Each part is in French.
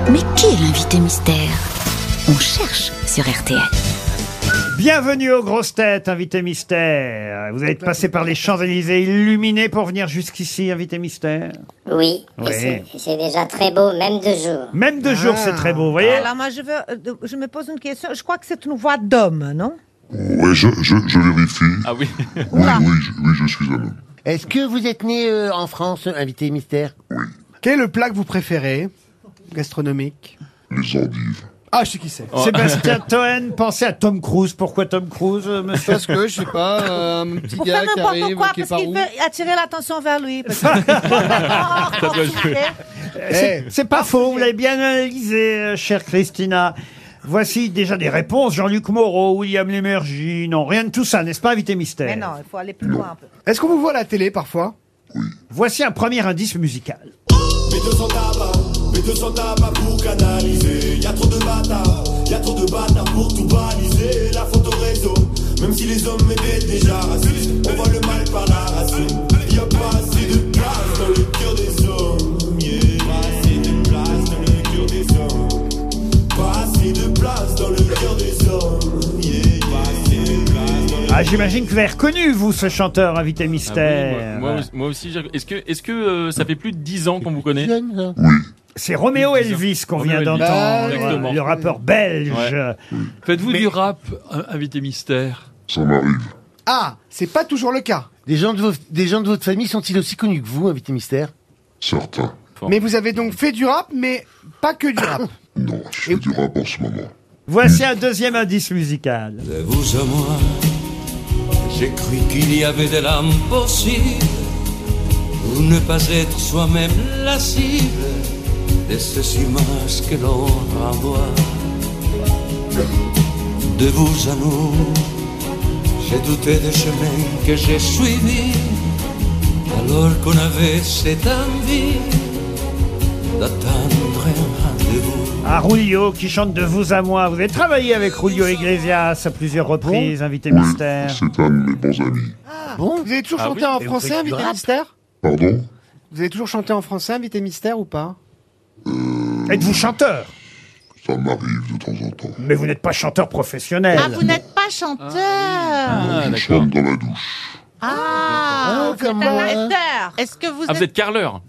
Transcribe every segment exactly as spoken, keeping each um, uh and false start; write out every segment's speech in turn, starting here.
Mais qui est l'invité mystère? On cherche sur R T L. Bienvenue aux grosses têtes, invité mystère. Vous êtes passé par les Champs-Élysées illuminés pour venir jusqu'ici, invité mystère? Oui, Oui. et c'est- c'est déjà très beau, même de jour. Même de jour, c'est très beau, vous voyez? Alors moi, je, veux, euh, je me pose une question. Je crois que c'est une voix d'homme, non? Ouais, je, je, je vérifie. Ah oui. Oui, oui, je, oui, je suis un homme. Est-ce que vous êtes né euh, en France, invité mystère? Quel est le plat que vous préférez, gastronomique? Les endives. Ah, je sais qui c'est. Sébastien Toen, pensez à Tom Cruise. Pourquoi Tom Cruise, euh, monsieur? Parce que, je sais pas, euh, un petit Pour gars faire qui n'importe arrive, quoi, qui est parce par qu'il où. veut attirer l'attention vers lui. Parce que... C'est c'est pas faux, vous l'avez bien analysé, euh, chère Christina. Voici déjà des réponses. Jean-Luc Moreau, William Lémergie. Non, rien de tout ça, n'est-ce pas, invité mystère? Mais non, il faut aller plus loin un peu. Est-ce qu'on vous voit à la télé parfois? Voici un premier indice musical. B deux cents tabac, B deux cents tabac pour canaliser. Y'a trop de bâtards, y'a trop de bâtards pour tout baliser. La photo réseau, même si les hommes étaient déjà racistes, on voit le mal par la racine. Y'a pas assez de place dans le cœur des hommes. Yeah. Pas assez de place dans le cœur des hommes. Pas assez de place dans le cœur des hommes. Yeah. Pas assez de place dans le Ah, j'imagine que vous avez reconnu, vous, ce chanteur, invité Ah oui, mystère. moi, moi aussi- moi aussi, j'ai- est-ce que, est-ce que euh, ça fait plus de dix ans qu'on vous connaît? Jeune, ça. C'est Roméo Elvis qu'on Roméo vient Elvis. d'entendre, Exactement. le rappeur belge. Ouais. Faites-vous Mais- du rap, euh, invité mystère? Ça m'arrive. Ah, c'est pas toujours le cas. Des gens, de vos, des gens de votre famille sont-ils aussi connus que vous, invité mystère? Certains. Fort. Mais vous avez donc fait du rap, mais pas que du rap. Non, je fais du rap en ce moment. Voici un deuxième indice musical. De vous à moi, j'ai cru qu'il y avait de l'âme possible, ou ne pas être soi-même la cible de ces images que l'on renvoie. De vous à nous, j'ai douté des chemins que j'ai suivis, alors qu'on avait cette envie d'attendre un rendez-vous. Ah, Rulio qui chante De vous à moi. Vous avez travaillé avec Julio Iglesias à plusieurs reprises, invité Oui, mystère. c'est un de mes bons amis. Bon, vous avez toujours Ah chanté oui, en et vous français, faites du invité rap? mystère? Pardon? Vous avez toujours chanté en français, invité mystère, ou pas? Êtes-vous chanteur? Ça m'arrive de temps en temps. Mais vous n'êtes pas chanteur professionnel. Ah, vous n'êtes pas chanteur. Ah, je d'accord. chante dans la douche. Ah, Ah, vous êtes comme un moi. acteur. Est-ce que vous Ah, vous êtes... êtes carleur?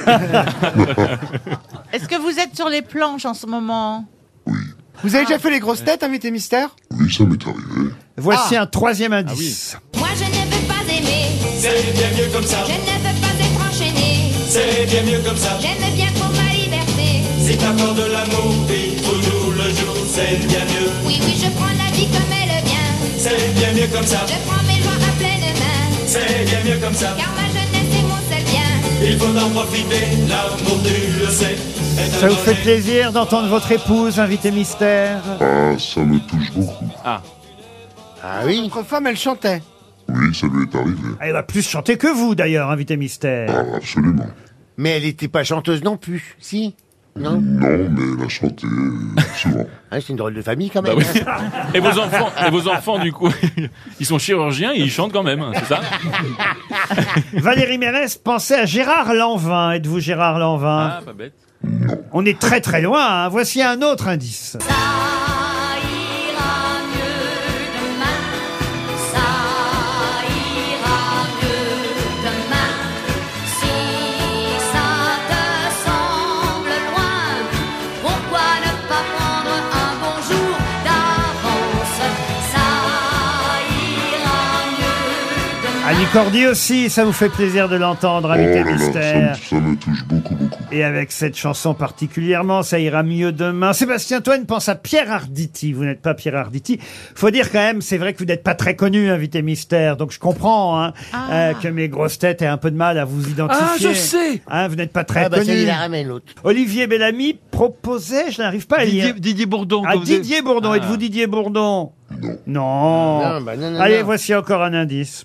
Est-ce que vous êtes sur les planches en ce moment? Vous avez déjà fait les grosses têtes, invité mystère? Oui, ça m'est arrivé. Voici Ah. un troisième indice. Moi je ne veux pas aimer, C'est bien mieux comme ça, je ne veux pas être enchaîné, c'est bien mieux comme ça. j'aime bien pour ma liberté. Si t'accordes de l'amour, vite au jour le jour, c'est bien mieux. Oui, oui, je prends la vie comme elle vient, C'est bien mieux comme ça, je prends mes joies à pleine main, c'est bien mieux comme ça. car ma jeunesse est mon seul bien. Il faut en profiter, l'amour tu le sais. est un Ça vous fait danger. plaisir d'entendre votre épouse, invité mystère? Ah, ça me touche beaucoup. Ah, Ah oui. Votre femme, elle chantait. Oui, ça lui est arrivé. Elle va plus chanter que vous, d'ailleurs, invité mystère. Ah, absolument. Mais elle était pas chanteuse non plus, si? Non? Non, mais elle a chanté euh, souvent. Ah, c'est une drôle de famille quand bah même. oui. hein. Et vos enfants, et vos enfants, du coup, ils sont chirurgiens et ils chantent quand même, c'est ça? Valérie Mérès, pensez à Gérard Lanvin. Êtes-vous Gérard Lanvin? Ah, pas bête. On est très très loin, hein. Voici un autre indice. Ça ira mieux demain, ça ira mieux demain. Si ça te semble loin, pourquoi ne pas prendre un bon jour d'avance? Ça ira mieux demain. Annie Cordy aussi, ça vous fait plaisir de l'entendre, Oh invité là là, ça, mystère. me- ça me touche beaucoup, beaucoup. Et avec cette chanson particulièrement, ça ira mieux demain. Sébastien Toen pense à Pierre Arditi. Vous n'êtes pas Pierre Arditi. Faut dire quand même, c'est vrai que vous n'êtes pas très connu, invité mystère. Donc je comprends hein, euh, que mes grosses têtes aient un peu de mal à vous identifier. Ah, je sais. Hein, vous n'êtes pas très Ah bah ça connu. il la ramène l'autre. Olivier Bellamy proposait, je n'arrive pas à lire. Didier, Didier Bourdon. Ah, comme vous êtes- Didier Bourdon. Ah. Êtes-vous Didier Bourdon? Non. Non. Non, bah non, non, Allez, non. voici encore un indice.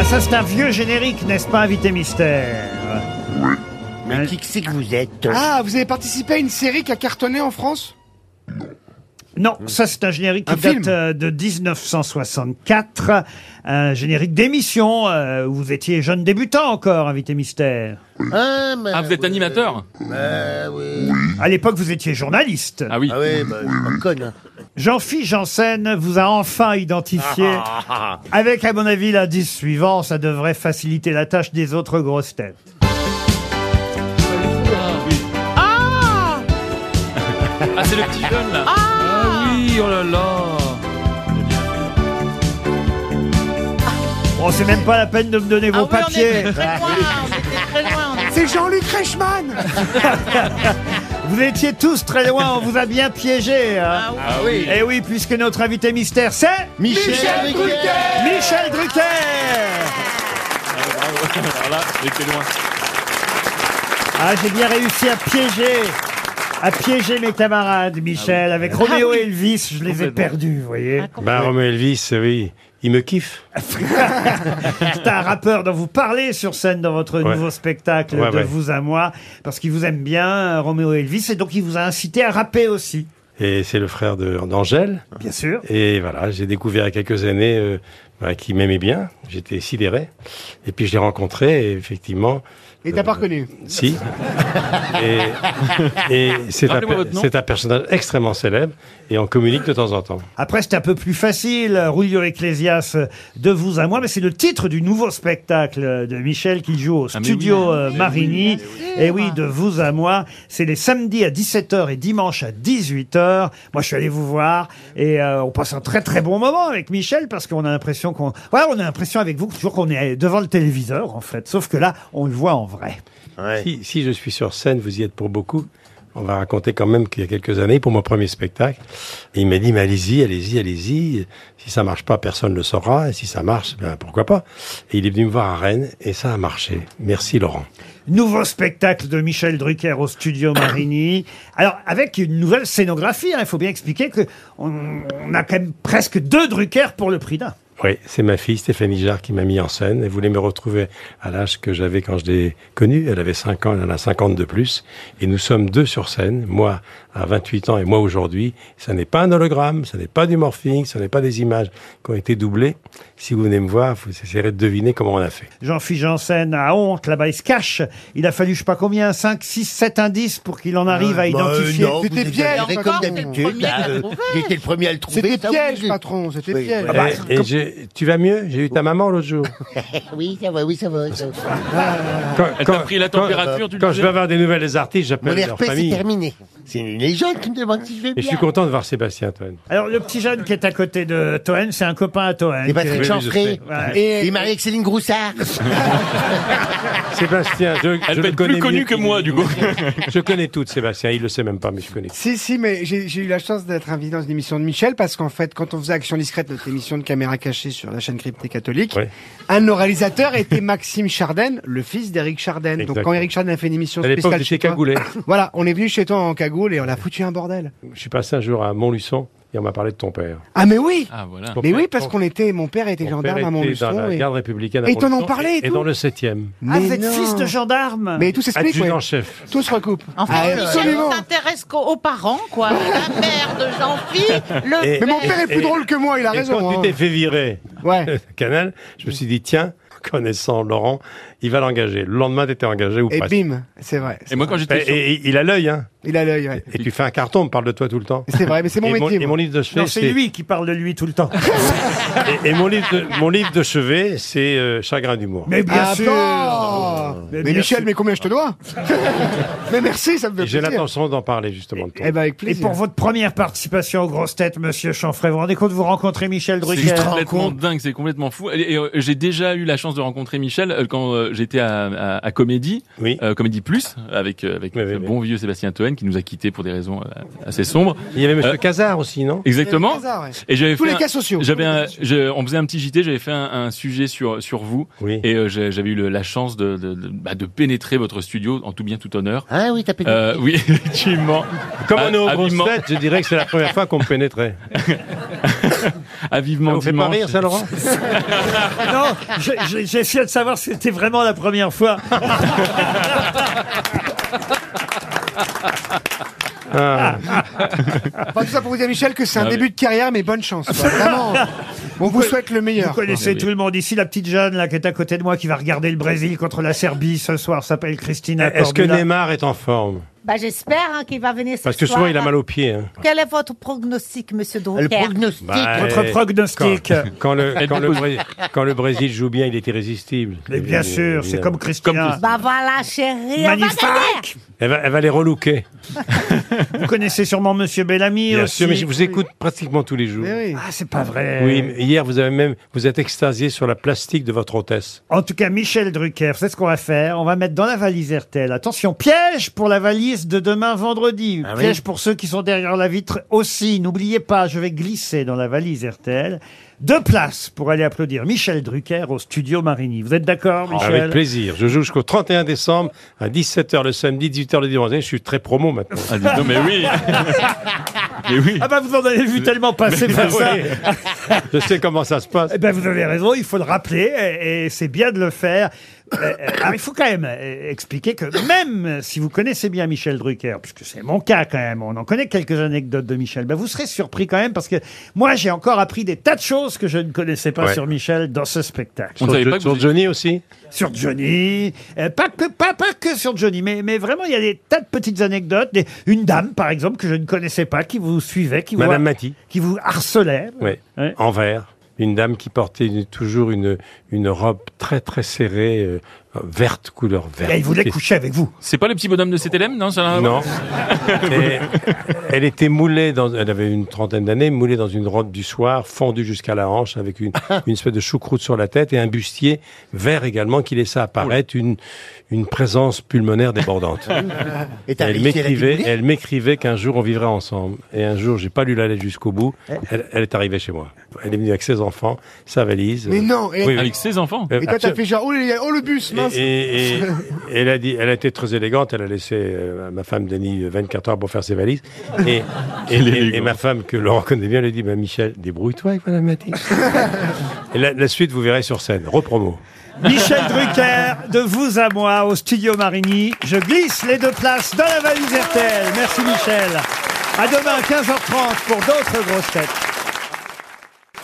ça c'est un vieux générique, n'est-ce pas, invité mystère? Mais qui que c'est que vous êtes? Ah, vous avez participé à une série qui a cartonné en France? Non, ça c'est un générique qui Un date film. euh, de dix-neuf cent soixante-quatre, un générique d'émission euh, où vous étiez jeune débutant encore, invité mystère. Ah, bah, Ah, vous êtes oui. animateur? Bah, oui. À l'époque, vous étiez journaliste. Ah oui. Ah oui, bah, je suis pas conne. Hein. Jean-Philippe Janssen vous a enfin identifié. Ah, Avec, à mon avis, l'indice suivant, ça devrait faciliter la tâche des autres grosses têtes. Ah, c'est le petit jeune là. Ah oui, oh là là. Bon, c'est même pas la peine de me donner vos Ah oui, on papiers. était très loin, on était très loin. on était- C'est Jean-Luc Reichmann. Vous étiez tous très loin, on vous a bien piégé. Hein. Ah oui. ah oui. Et oui, puisque notre invité mystère, c'est Michel, Michel Drucker. Michel Drucker. Alors là, j'étais loin. Ah, j'ai bien réussi à piéger, à piéger mes camarades, Michel. Avec Roméo et Elvis, je les ai Complètement. perdus, vous voyez. Bah, Roméo Elvis, oui, il me kiffe. C'est un rappeur dont vous parlez sur scène dans votre Ouais. nouveau spectacle Ouais, de ouais. Vous à moi, parce qu'il vous aime bien, Roméo et Elvis, et donc il vous a incité à rapper aussi, Et c'est le frère de- d'Angèle. bien sûr. Et voilà, j'ai découvert il y a quelques années euh, bah, qu'il m'aimait bien. J'étais sidéré. Et puis je l'ai rencontré, et effectivement. Et t'as pas reconnu? Si. Et, et c'est un, Rappelez-moi votre nom. c'est un personnage extrêmement célèbre. Et on communique de temps en temps. Après, c'était un peu plus facile, Rulio Ecclesias, de Vous à moi, mais c'est le titre du nouveau spectacle de Michel qui joue au Ah, mais studio oui. euh, Marigny. Et oui, de Vous à moi, c'est les samedis à dix-sept heures et dimanche à dix-huit heures. Moi, je suis allé vous voir et euh, on passe un très très bon moment avec Michel parce qu'on a l'impression qu'on, voilà, on a l'impression avec vous toujours qu'on est devant le téléviseur en fait. Sauf que là, on le voit en vrai. Ouais. Si, si je suis sur scène, vous y êtes pour beaucoup. On va raconter quand même qu'il y a quelques années, pour mon premier spectacle, il m'a dit, mais allez-y, allez-y, allez-y. Si ça marche pas, personne ne le saura. Et si ça marche, ben pourquoi pas. Et il est venu me voir à Rennes, et ça a marché. Merci Laurent. Nouveau spectacle de Michel Drucker au studio Marigny. Alors, avec une nouvelle scénographie, hein, il faut bien expliquer que on, on a quand même presque deux Drucker pour le prix d'un. Oui, c'est ma fille Stéphanie Jarre qui m'a mis en scène. Elle voulait me retrouver à l'âge que j'avais quand je l'ai connue. Elle avait cinq ans, elle en a cinquante de plus. Et nous sommes deux sur scène, moi à vingt-huit ans et moi aujourd'hui. Ça n'est pas un hologramme, ça n'est pas du morphing, ce n'est pas des images qui ont été doublées. Si vous venez me voir, vous essayerez de deviner comment on a fait. Jean-Philippe Janssen a honte, là-bas il se cache. Il a fallu, je sais pas combien, cinq, six, sept indices pour qu'il en arrive à Bah, identifier. euh, non, C'était vous piège, exagérez patron. comme C'est le d'habitude. premier Bah, qui l'a euh, trouvé. J'étais le premier à le trouver. C'était ça, vous piège, dites. patron, c'était Oui, piège. ah bah, et et j'ai- tu vas mieux? J'ai eu ta maman l'autre jour. oui, ça va, oui, ça va. Ça va. Quand, Elle t'a pris la température, tu le quand je disais vais avoir des nouvelles des artistes, Mon j'appelle leur R P, c'est famille. terminé. C'est une légende qui me demande si je vais Et bien. je suis content de voir Sébastien Toen. Alors, le petit jeune qui est à côté de Toen, c'est un copain à Toen. Et Patrick Oui, oui, je Chanfray. sais. Ouais. Et il est marié avec Céline Groussard. Sébastien, je, Elle je peut le être connais plus connue mieux que qu'il- moi, du coup. Je connais tout de Sébastien, il le sait même pas, mais je connais tout. Si, si, mais j'ai j'ai eu la chance d'être invité dans une émission de Michel parce qu'en fait, quand on faisait Action Discrète, notre émission de caméra cachée sur la chaîne Crypté Catholique, Ouais. un de nos réalisateurs était Maxime Charden, le fils d'Éric Charden. Donc Exactement. quand Éric Charden a fait une émission À l'époque, spéciale j'étais chez toi, cagoulé. voilà, on est venu chez toi en cagoule et on a foutu un bordel. Je suis passé un jour à Montluçon et on m'a parlé de ton père. Ah mais oui, Ah, voilà. Ton mais père- oui, parce ton- qu'on était, mon père était ton gendarme père à était Montluçon. dans la et- garde républicaine à Et ils t'en ont Montluçon parlé et et tout. dans le septième. Ah, Mais vous êtes non. fils de gendarme. Mais tout s'explique, ouais. Adjudant-chef. Tout se recoupe. Enfin, Ah, Michel absolument. s'intéresse qu'aux aux parents, quoi. La mère de Jean-Philippe, le Et- Mais mon père est plus Et- drôle que moi, il a Et raison. quand hein. tu t'es fait virer Ouais. Canal, je me suis dit, tiens, connaissant Laurent, il va l'engager. Le lendemain, t'étais engagé ou Et pas. bim, c'est vrai. Et moi, quand j'étais sur- Et, et- il a l'œil, hein. Il a l'œil, ouais. Et tu fais un carton, on me parle de toi tout le temps. C'est vrai, mais c'est mon et métier. et moi. mon livre de chevet, Non, c'est lui qui parle de lui tout le temps. Et, et mon livre de, mon livre de chevet, c'est euh, Chagrin d'humour. Mais bien Ah, sûr. bon. Mais Mais bien Michel, sûr. mais combien je te dois Mais merci, ça me fait Et j'ai plaisir. l'intention d'en parler justement de toi. Eh ben avec Et plaisir. pour votre première participation aux grosses têtes, monsieur Chanfray, vous vous rendez compte, vous rencontrez Michel C'est Drucker. complètement dingue, c'est complètement fou. Et, et, euh, j'ai déjà eu la chance de rencontrer Michel euh, quand euh, j'étais à, à, à Comédie, Oui. euh, Comédie Plus, avec euh, avec Oui, le oui, oui. bon vieux Sébastien Toen qui nous a quittés pour des raisons euh, assez sombres. Il y avait Monsieur Euh, Cazard aussi, non? Exactement. Hasard, ouais. Et j'avais Tous fait les un- cas sociaux. J'avais Tous les un, cas sociaux. je- on faisait un petit J T, j'avais fait un, un sujet sur sur vous. Oui. Et euh, j'ai- j'avais eu le- la chance de de, de, bah, de pénétrer votre studio en tout bien tout honneur. Ah oui, t'as pété. Euh, oui, effectivement. Comme Ah, on est aux grosses vivement- têtes, je dirais que c'est la première fois qu'on me pénétrait. à vivement Ça vous fait pas dimanche. rire, ça, Laurent? Non, je, je- j'ai essayé de savoir si c'était vraiment la première fois. Ah. Enfin, tout ça pour vous dire, Michel, que c'est un Ah début oui. de carrière, mais bonne chance. quoi. Vraiment, on vous souhaite le meilleur. Vous connaissez quoi. tout le monde ici, la petite jeune là qui est à côté de moi qui va regarder le Brésil contre la Serbie ce soir s'appelle Christina Est-ce que Cordula. Neymar est en forme? Bah, j'espère hein, qu'il va venir ce Parce que soir. souvent il a mal aux pieds. Hein. Quel est votre prognostic, monsieur Drucker? Bah, Votre eh, prognostic. Quand, quand le, quand, le Bré- quand le Brésil joue bien, il est irrésistible. Mais bien sûr, c'est comme Christina. Bah voilà, chérie, on va Magnifique. gagner. Elle va, elle va les relooker. Vous connaissez sûrement Monsieur Bellamy Bien aussi. sûr, mais je vous écoute pratiquement tous les jours. Ah, c'est pas vrai. Oui, mais hier vous avez même vous êtes extasié sur la plastique de votre hôtesse. En tout cas, Michel Drucker, c'est ce qu'on va faire. On va mettre dans la valise R T L. Attention, piège pour la valise de demain vendredi. Ah oui. Piège pour ceux qui sont derrière la vitre aussi. N'oubliez pas, je vais glisser dans la valise R T L deux places pour aller applaudir Michel Drucker au studio Marigny. Vous êtes d'accord, Michel? Avec plaisir. Je joue jusqu'au trente et un décembre à dix-sept heures le samedi, dix-huit heures le dimanche. Je suis très promo maintenant. Ah, dis donc, mais oui. Mais oui. Ah bah vous en avez vu tellement passer Mais par oui. ça. Je sais comment ça se passe. Eh ben vous avez raison, il faut le rappeler et, et c'est bien de le faire. Euh, euh, alors il faut quand même euh, expliquer que même si vous connaissez bien Michel Drucker, puisque c'est mon cas quand même, on en connaît quelques anecdotes de Michel, ben vous serez surpris quand même parce que moi j'ai encore appris des tas de choses que je ne connaissais pas Ouais. sur Michel dans ce spectacle. Sur, Jo- sur Johnny aussi. Sur Johnny, euh, pas que pas pas que sur Johnny, mais mais vraiment il y a des tas de petites anecdotes. Des- une dame par exemple que je ne connaissais pas qui vous suivait, qui Madame vous Maty. qui vous harcelait. Oui. Ouais. En vert. Une dame qui portait une- toujours une, une robe très très serrée, euh, verte, couleur verte. Et il voulait coucher avec vous. C'est pas le petit bonhomme de C T L M, non ça n'a rien à Non. voir Et elle était moulée dans, elle avait une trentaine d'années, moulée dans une robe du soir, fendue jusqu'à la hanche, avec une, une espèce de choucroute sur la tête et un bustier vert également qui laissait apparaître une, une présence pulmonaire débordante. Et t'as Elle réussi à la m'écrivait, démouler elle m'écrivait qu'un jour on vivrait ensemble. Et un jour, j'ai pas lu la lettre jusqu'au bout. Elle, elle est arrivée chez moi. Elle est venue avec ses enfants, sa valise. Mais non, et- Oui, oui. Avec ses enfants. Euh, Et toi, t'as absolument. fait genre, oh, les- oh, le bus, Et, mince. et- et- et elle a dit, elle a été très élégante. Elle a laissé euh, ma femme Denis vingt-quatre heures pour faire ses valises. Et, et, Quelle et- et élégance. ma femme que Laurent connaît bien, elle a dit, bah, Michel, débrouille-toi avec Madame Maty. Et la, la suite, vous verrez sur scène. Repromo. Michel Drucker, de vous à moi, au studio Marigny. Je glisse les deux places dans la valise R T L. Merci Michel. À demain, quinze heures trente, pour d'autres grosses têtes.